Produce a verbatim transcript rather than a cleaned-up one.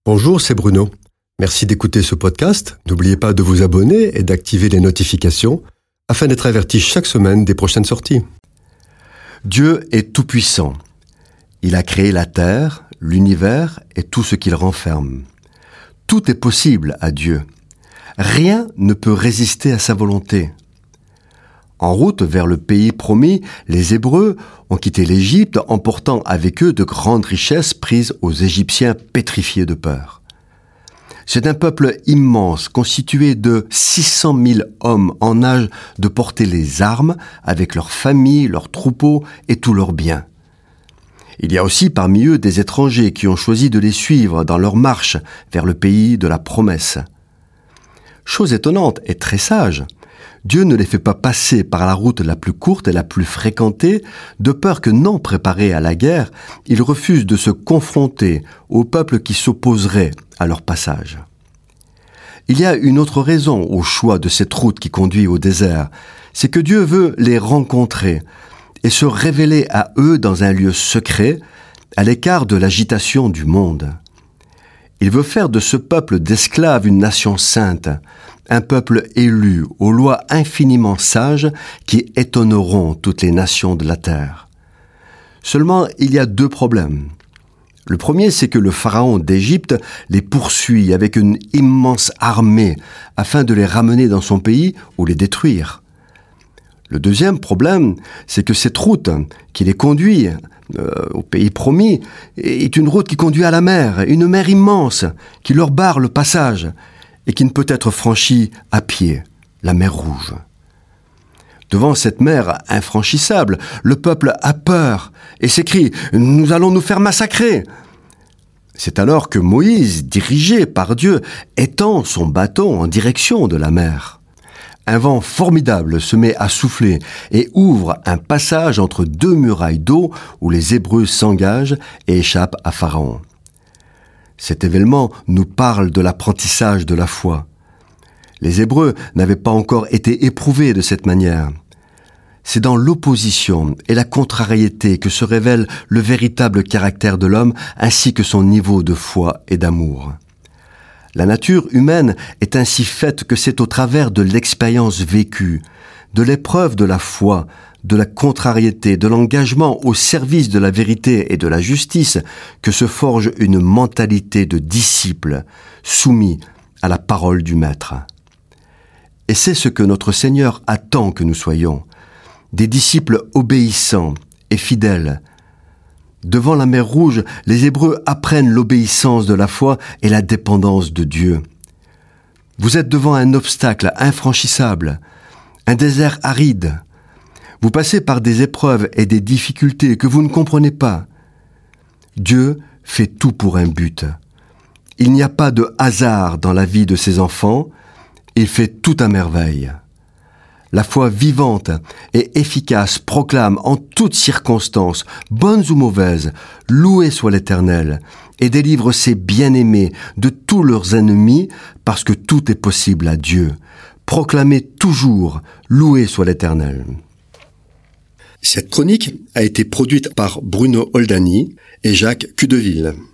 Bonjour, c'est Bruno. Merci d'écouter ce podcast. N'oubliez pas de vous abonner et d'activer les notifications afin d'être averti chaque semaine des prochaines sorties. Dieu est tout-puissant. Il a créé la terre, l'univers et tout ce qu'il renferme. Tout est possible à Dieu. Rien ne peut résister à sa volonté. En route vers le pays promis, les Hébreux ont quitté l'Égypte, emportant avec eux de grandes richesses prises aux Égyptiens pétrifiés de peur. C'est un peuple immense, constitué de six cent mille hommes en âge de porter les armes, avec leurs familles, leurs troupeaux et tous leurs biens. Il y a aussi parmi eux des étrangers qui ont choisi de les suivre dans leur marche vers le pays de la promesse. Chose étonnante et très sage, Dieu ne les fait pas passer par la route la plus courte et la plus fréquentée, de peur que, non préparés à la guerre, ils refusent de se confronter aux peuples qui s'opposeraient à leur passage. Il y a une autre raison au choix de cette route qui conduit au désert, c'est que Dieu veut les rencontrer et se révéler à eux dans un lieu secret, à l'écart de l'agitation du monde. Il veut faire de ce peuple d'esclaves une nation sainte, un peuple élu aux lois infiniment sages qui étonneront toutes les nations de la terre. Seulement, il y a deux problèmes. Le premier, c'est que le pharaon d'Égypte les poursuit avec une immense armée afin de les ramener dans son pays ou les détruire. Le deuxième problème, c'est que cette route qui les conduit euh, au pays promis est une route qui conduit à la mer, une mer immense qui leur barre le passage et qui ne peut être franchie à pied, la mer Rouge. Devant cette mer infranchissable, le peuple a peur et s'écrie « Nous allons nous faire massacrer !» C'est alors que Moïse, dirigé par Dieu, étend son bâton en direction de la mer. Un vent formidable se met à souffler et ouvre un passage entre deux murailles d'eau où les Hébreux s'engagent et échappent à Pharaon. Cet événement nous parle de l'apprentissage de la foi. Les Hébreux n'avaient pas encore été éprouvés de cette manière. C'est dans l'opposition et la contrariété que se révèle le véritable caractère de l'homme ainsi que son niveau de foi et d'amour. La nature humaine est ainsi faite que c'est au travers de l'expérience vécue, de l'épreuve de la foi, de la contrariété, de l'engagement au service de la vérité et de la justice que se forge une mentalité de disciple soumis à la parole du Maître. Et c'est ce que notre Seigneur attend que nous soyons, des disciples obéissants et fidèles. Devant la mer Rouge, les Hébreux apprennent l'obéissance de la foi et la dépendance de Dieu. Vous êtes devant un obstacle infranchissable, un désert aride. Vous passez par des épreuves et des difficultés que vous ne comprenez pas. Dieu fait tout pour un but. Il n'y a pas de hasard dans la vie de ses enfants. Il fait tout à merveille. La foi vivante et efficace proclame en toutes circonstances, bonnes ou mauvaises, loué soit l'Éternel, et délivre ses bien-aimés de tous leurs ennemis, parce que tout est possible à Dieu. Proclamez toujours, loué soit l'Éternel. Cette chronique a été produite par Bruno Oldani et Jacques Cudeville.